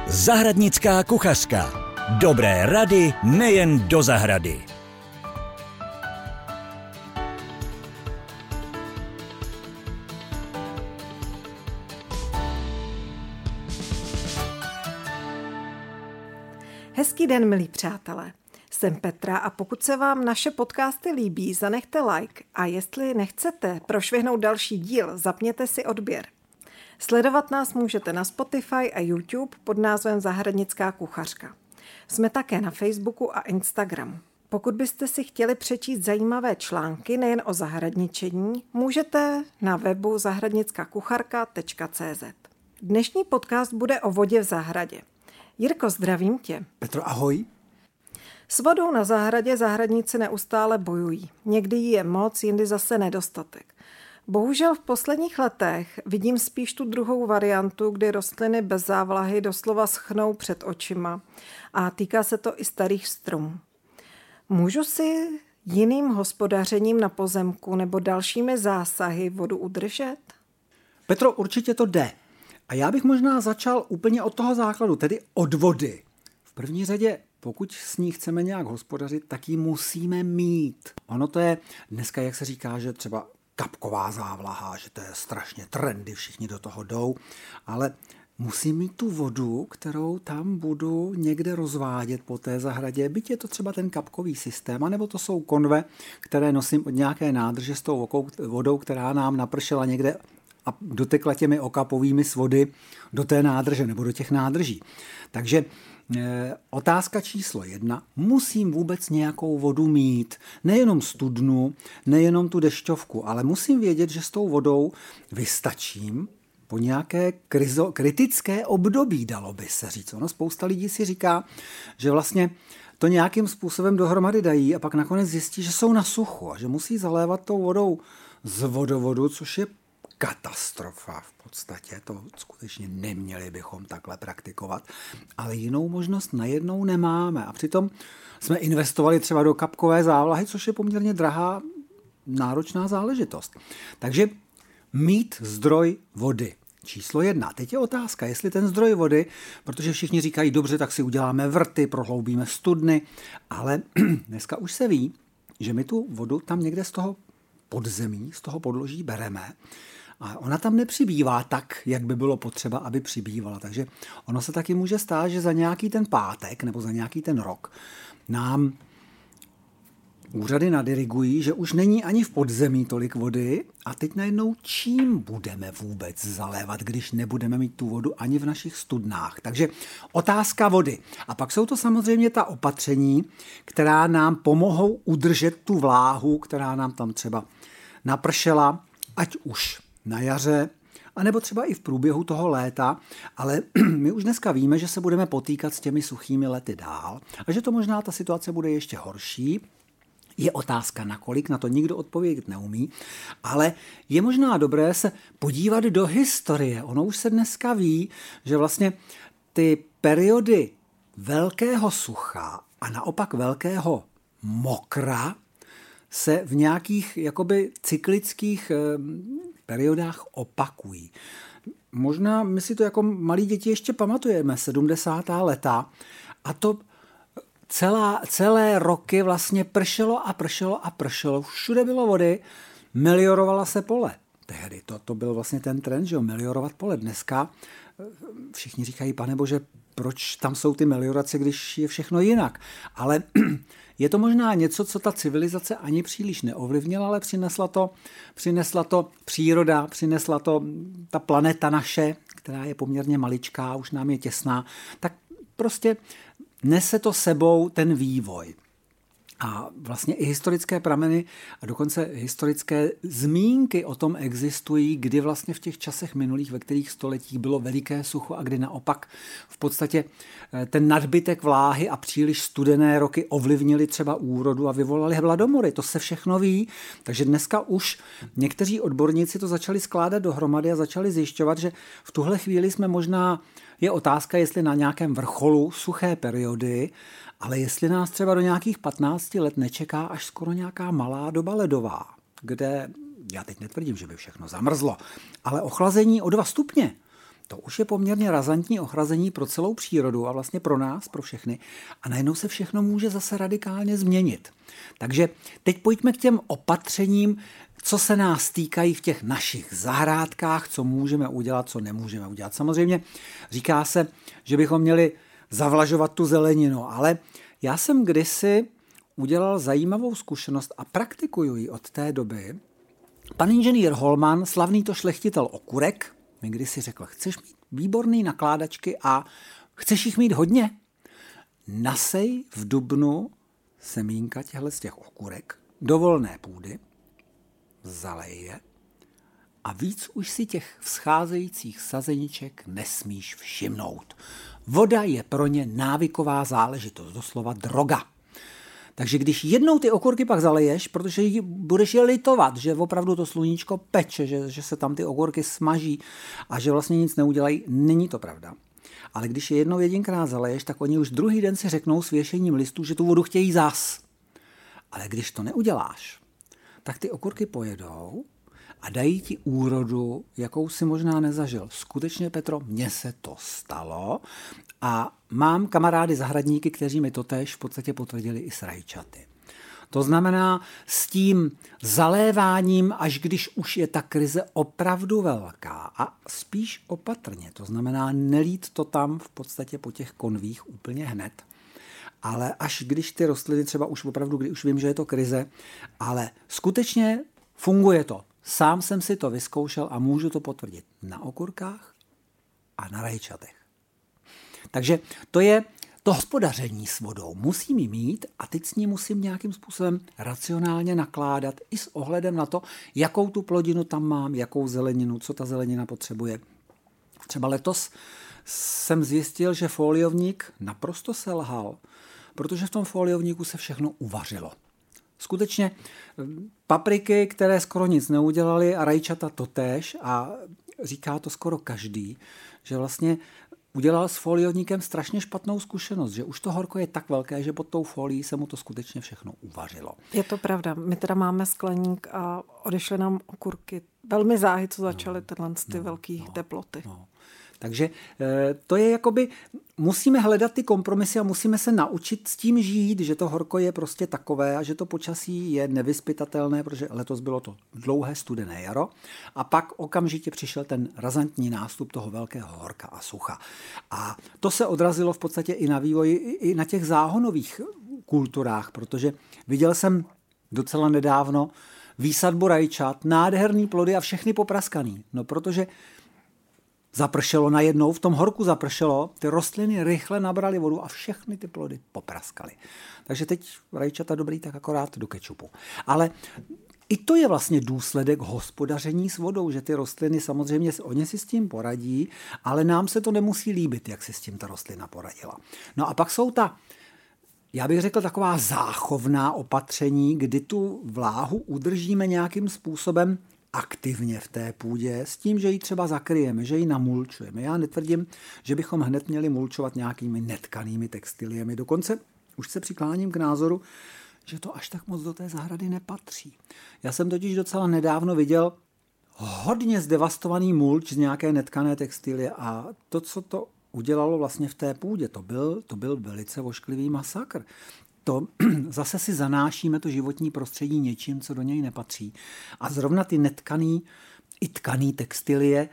Zahradnická kuchařka. Dobré rady nejen do zahrady. Hezký den, milí přátelé. Jsem Petra a pokud se vám naše podcasty líbí, zanechte like a jestli nechcete prošvihnout další díl, zapněte si odběr. Sledovat nás můžete na Spotify a YouTube pod názvem Zahradnická kuchařka. Jsme také na Facebooku a Instagramu. Pokud byste si chtěli přečíst zajímavé články nejen o zahradničení, můžete na webu zahradnickakucharka.cz. Dnešní podcast bude o vodě v zahradě. Jirko, zdravím tě. Petro, ahoj. S vodou na zahradě zahradníci neustále bojují. Někdy jí je moc, jindy zase nedostatek. Bohužel v posledních letech vidím spíš tu druhou variantu, kdy rostliny bez závlahy doslova schnou před očima a týká se to i starých stromů. Můžu si jiným hospodařením na pozemku nebo dalšími zásahy vodu udržet? Petro, určitě to jde. A já bych možná začal úplně od toho základu, tedy od vody. V první řadě, pokud s ní chceme nějak hospodařit, tak ji musíme mít. Ono to je dneska, jak se říká, že třeba kapková závlaha, že to je strašně trendy, všichni do toho jdou, ale musím mít tu vodu, kterou tam budu někde rozvádět po té zahradě, byť je to třeba ten kapkový systém, anebo to jsou konve, které nosím od nějaké nádrže s tou vodou, která nám napršela někde a dotekla těmi okapovými svody do té nádrže nebo do těch nádrží. Takže otázka číslo 1. Musím vůbec nějakou vodu mít. Nejenom studnu, nejenom tu dešťovku, ale musím vědět, že s tou vodou vystačím po nějaké kritické období, dalo by se říct. Ono spousta lidí si říká, že vlastně to nějakým způsobem dohromady dají a pak nakonec zjistí, že jsou na suchu a že musí zalévat tou vodou z vodovodu, což je katastrofa v podstatě, to skutečně neměli bychom takhle praktikovat, ale jinou možnost najednou nemáme a přitom jsme investovali třeba do kapkové závlahy, což je poměrně drahá, náročná záležitost. Takže mít zdroj vody. Číslo 1. Teď je otázka, jestli ten zdroj vody, protože všichni říkají, dobře, tak si uděláme vrty, prohloubíme studny, ale dneska už se ví, že my tu vodu tam někde z toho podzemí, z toho podloží bereme a ona tam nepřibývá tak, jak by bylo potřeba, aby přibývala. Takže ono se taky může stát, že za nějaký ten pátek nebo za nějaký ten rok nám úřady nadirigují, že už není ani v podzemí tolik vody a teď najednou čím budeme vůbec zalévat, když nebudeme mít tu vodu ani v našich studnách. Takže otázka vody. A pak jsou to samozřejmě ta opatření, která nám pomohou udržet tu vláhu, která nám tam třeba napršela, ať už na jaře, anebo třeba i v průběhu toho léta, ale my už dneska víme, že se budeme potýkat s těmi suchými lety dál a že to možná ta situace bude ještě horší. Je otázka nakolik, na to nikdo odpovědět neumí, ale je možná dobré se podívat do historie. Ono už se dneska ví, že vlastně ty periody velkého sucha a naopak velkého mokra se v nějakých jakoby cyklických periodách opakují. Možná my si to jako malí děti ještě pamatujeme, 70. leta a to celé roky vlastně pršelo a pršelo a pršelo. Všude bylo vody, meliorovala se pole. Tehdy to byl vlastně ten trend, že jo, meliorovat pole. Dneska všichni říkají, pane bože, proč tam jsou ty meliorace, když je všechno jinak. Ale je to možná něco, co ta civilizace ani příliš neovlivnila, ale přinesla to příroda, přinesla to ta planeta naše, která je poměrně maličká, už nám je těsná, tak prostě nese to sebou ten vývoj. A vlastně i historické prameny a dokonce historické zmínky o tom existují, kdy vlastně v těch časech minulých, ve kterých stoletích bylo veliké sucho a kdy naopak v podstatě ten nadbytek vláhy a příliš studené roky ovlivnili třeba úrodu a vyvolali hladomory. To se všechno ví, takže dneska už někteří odborníci to začali skládat dohromady a začali zjišťovat, že v tuhle chvíli jsme možná, je otázka, jestli na nějakém vrcholu suché periody, ale jestli nás třeba do nějakých 15 let nečeká až skoro nějaká malá doba ledová, kde, já teď netvrdím, že by všechno zamrzlo, ale ochlazení o 2 stupně, To už je poměrně razantní ochlazení pro celou přírodu a vlastně pro nás, pro všechny. A najednou se všechno může zase radikálně změnit. Takže teď pojďme k těm opatřením, co se nás týkají v těch našich zahrádkách, co můžeme udělat, co nemůžeme udělat. Samozřejmě říká se, že bychom měli zavlažovat tu zeleninu, ale já jsem kdysi udělal zajímavou zkušenost a praktikuju ji od té doby. Pan inženýr Holman, slavný to šlechtitel okurek, mi kdysi řekl, chceš mít výborný nakládačky a chceš jich mít hodně? Nasej v dubnu semínka z těch okurek do volné půdy, zalej je a víc už si těch vzcházejících sazeniček nesmíš všimnout. Voda je pro ně návyková záležitost, doslova droga. Takže když jednou ty okurky pak zaleješ, protože budeš je litovat, že opravdu to sluníčko peče, že se tam ty okurky smaží a že vlastně nic neudělají, není to pravda. Ale když je jednou jedinkrát zaleješ, tak oni už druhý den si řeknou s věšením listů, že tu vodu chtějí zas. Ale když to neuděláš, tak ty okurky pojedou a dají ti úrodu, jakou si možná nezažil. Skutečně, Petro, mně se to stalo a mám kamarády zahradníky, kteří mi totéž v podstatě potvrdili i s rajčaty. To znamená s tím zaléváním, až když už je ta krize opravdu velká a spíš opatrně. To znamená nelít to tam v podstatě po těch konvích úplně hned. Ale až když ty rostliny třeba už opravdu, když už vím, že je to krize, ale skutečně funguje to. Sám jsem si to vyzkoušel a můžu to potvrdit na okurkách a na rajčatech. Takže to je to hospodaření s vodou. Musím ji mít a teď s ní musím nějakým způsobem racionálně nakládat i s ohledem na to, jakou tu plodinu tam mám, jakou zeleninu, co ta zelenina potřebuje. Třeba letos jsem zjistil, že foliovník naprosto selhal, protože v tom foliovníku se všechno uvařilo. Skutečně papriky, které skoro nic neudělaly a rajčata totéž a říká to skoro každý, že vlastně udělal s foliovníkem strašně špatnou zkušenost, že už to horko je tak velké, že pod tou folií se mu to skutečně všechno uvařilo. Je to pravda. My teda máme skleník a odešly nám okurky. Velmi záhy, co začaly ty velké teploty. Takže to je jakoby, musíme hledat ty kompromisy a musíme se naučit s tím žít, že to horko je prostě takové a že to počasí je nevyzpytatelné, protože letos bylo to dlouhé studené jaro a pak okamžitě přišel ten razantní nástup toho velkého horka a sucha. A to se odrazilo v podstatě i na vývoji, i na těch záhonových kulturách, protože viděl jsem docela nedávno výsadbu rajčat, nádherný plody a všechny popraskaný. No protože zapršelo najednou, v tom horku zapršelo, ty rostliny rychle nabraly vodu a všechny ty plody popraskaly. Takže teď rajčata dobrý tak akorát do kečupu. Ale i to je vlastně důsledek hospodaření s vodou, že ty rostliny samozřejmě, oni si s tím poradí, ale nám se to nemusí líbit, jak si s tím ta rostlina poradila. No a pak jsou já bych řekl, taková záchovná opatření, kdy tu vláhu udržíme nějakým způsobem aktivně v té půdě s tím, že ji třeba zakryjeme, že ji namulčujeme. Já netvrdím, že bychom hned měli mulčovat nějakými netkanými textiliemi. Dokonce už se přikláním k názoru, že to až tak moc do té zahrady nepatří. Já jsem totiž docela nedávno viděl hodně zdevastovaný mulč z nějaké netkané textilie a to, co to udělalo vlastně v té půdě, to byl velice ošklivý masakr. To zase si zanášíme to životní prostředí něčím, co do něj nepatří. A zrovna ty netkaný i tkaný textilie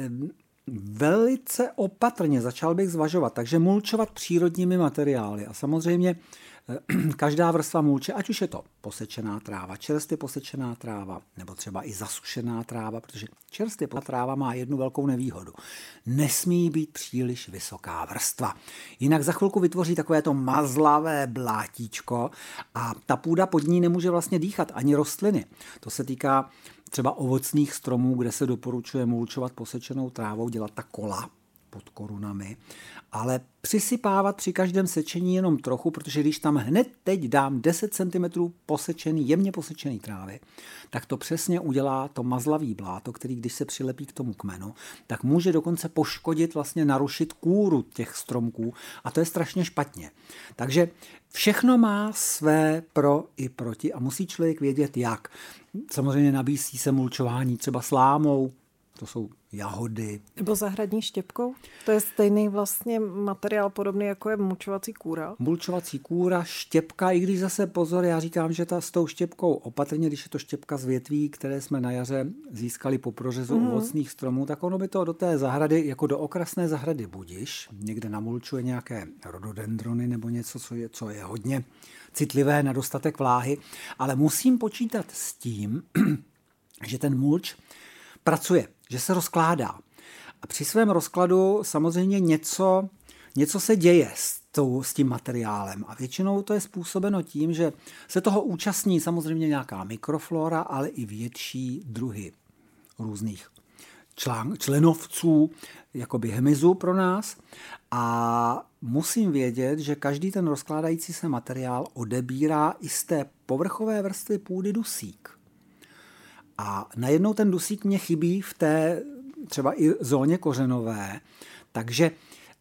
velice opatrně začal bych zvažovat. Takže mulčovat přírodními materiály. A samozřejmě každá vrstva mulče, ať už je to posečená tráva, čerstvě posečená tráva, nebo třeba i zasušená tráva, protože čerstvě tráva má jednu velkou nevýhodu. Nesmí být příliš vysoká vrstva. Jinak za chvilku vytvoří takové to mazlavé blátíčko a ta půda pod ní nemůže vlastně dýchat ani rostliny. To se týká třeba ovocných stromů, kde se doporučuje mulčovat posečenou trávou, dělat ta kola pod korunami, ale přisypávat při každém sečení jenom trochu, protože když tam hned teď dám 10 cm jemně posečený trávy, tak to přesně udělá to mazlavý bláto, který když se přilepí k tomu kmenu, tak může dokonce poškodit, vlastně narušit kůru těch stromků a to je strašně špatně. Takže všechno má své pro i proti a musí člověk vědět jak. Samozřejmě nabízí se mulčování třeba slámou, to jsou jahody. Nebo zahradní štěpkou? To je stejný vlastně materiál podobný, jako je mulčovací kůra. Mulčovací kůra, štěpka, i když zase pozor, já říkám, že s tou štěpkou opatrně, když je to štěpka z větví, které jsme na jaře získali po prořezu ovocných stromů, tak ono by to do té zahrady, jako do okrasné zahrady budiš, někde namulčuje nějaké rododendrony nebo něco, co je hodně citlivé na dostatek vláhy, ale musím počítat s tím, že ten mulč pracuje, že se rozkládá. A při svém rozkladu samozřejmě něco se děje s tím materiálem. A většinou to je způsobeno tím, že se toho účastní samozřejmě nějaká mikroflora, ale i větší druhy různých členovců, jakoby hmyzu pro nás. A musím vědět, že každý ten rozkládající se materiál odebírá i z té povrchové vrstvy půdy dusík. A najednou ten dusík mě chybí v té třeba i zóně kořenové, takže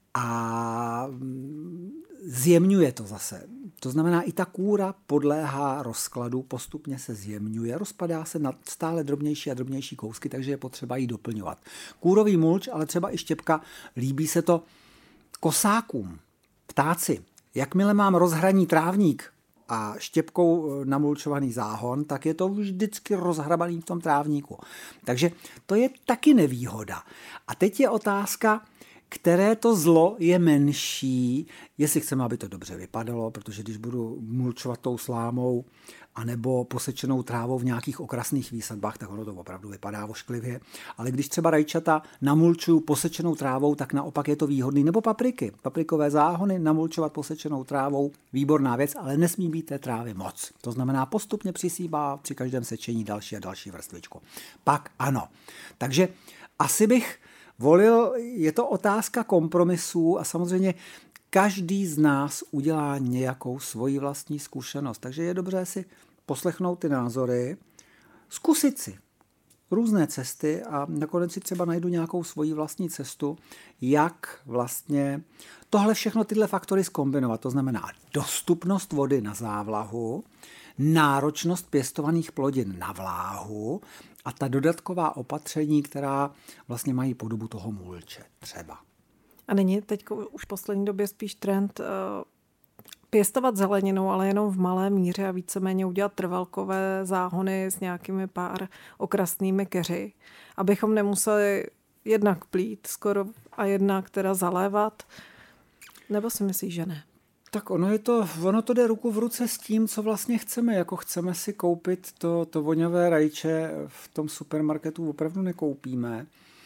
a zjemňuje to zase. To znamená, i ta kůra podléhá rozkladu, postupně se zjemňuje, rozpadá se na stále drobnější a drobnější kousky, takže je potřeba ji doplňovat. Kůrový mulč, ale třeba i štěpka, líbí se to kosákům, ptáci. Jakmile mám rozhraní trávník a štěpkou namulčovaný záhon, tak je to vždycky rozhrabaný v tom trávníku. Takže to je taky nevýhoda. A teď je otázka, které to zlo je menší, jestli chceme, aby to dobře vypadalo, protože když budu mulčovat tou slámou anebo posečenou trávou v nějakých okrasných výsadbách, tak ono to opravdu vypadá ošklivě. Ale když třeba rajčata namulčuju posečenou trávou, tak naopak je to výhodný. Nebo papriky, paprikové záhony namulčovat posečenou trávou, výborná věc, ale nesmí být té trávy moc. To znamená postupně přisýbá při každém sečení další a další vrstvičku. Pak ano. Takže asi bych volil, je to otázka kompromisů a samozřejmě každý z nás udělá nějakou svoji vlastní zkušenost. Takže je dobré si poslechnout ty názory, zkusit si různé cesty a nakonec si třeba najdu nějakou svoji vlastní cestu, jak vlastně tohle všechno, tyhle faktory zkombinovat. To znamená dostupnost vody na závlahu, náročnost pěstovaných plodin na vláhu a ta dodatková opatření, která vlastně mají podobu toho mulče třeba. A není teď už v poslední době spíš trend pěstovat zeleninu, ale jenom v malé míře a víceméně udělat trvalkové záhony s nějakými pár okrasnými keři, abychom nemuseli jednak plít skoro a jednak teda zalévat? Nebo si myslíš, že ne? Tak ono to jde ruku v ruce s tím, co vlastně chceme. Jako chceme si koupit to voňavé rajče v tom supermarketu, opravdu nekoupíme.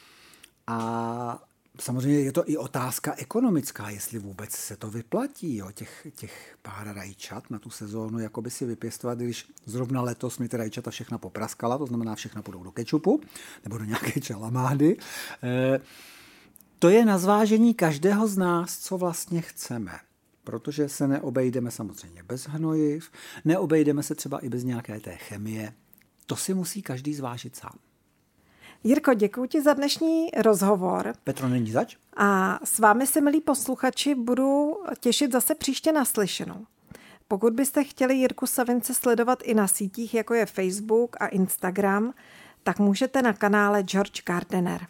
A samozřejmě je to i otázka ekonomická, jestli vůbec se to vyplatí, jo, těch pár rajčat na tu sezónu, jako by si vypěstovat, když zrovna letos mi ty rajčata všechna popraskala, to znamená všechna půjdou do kečupu nebo do nějaké čalamády. To je na zvážení každého z nás, co vlastně chceme. Protože se neobejdeme samozřejmě bez hnojiv, neobejdeme se třeba i bez nějaké té chemie. To si musí každý zvážit sám. Jirko, děkuji ti za dnešní rozhovor. Petro, není zač. A s vámi se, milí posluchači, budu těšit zase příště naslyšenou. Pokud byste chtěli Jirku Savince sledovat i na sítích, jako je Facebook a Instagram, tak můžete na kanále George Gardener.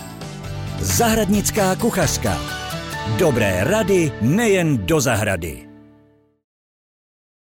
Zahradnická kuchařka. Dobré rady nejen do zahrady.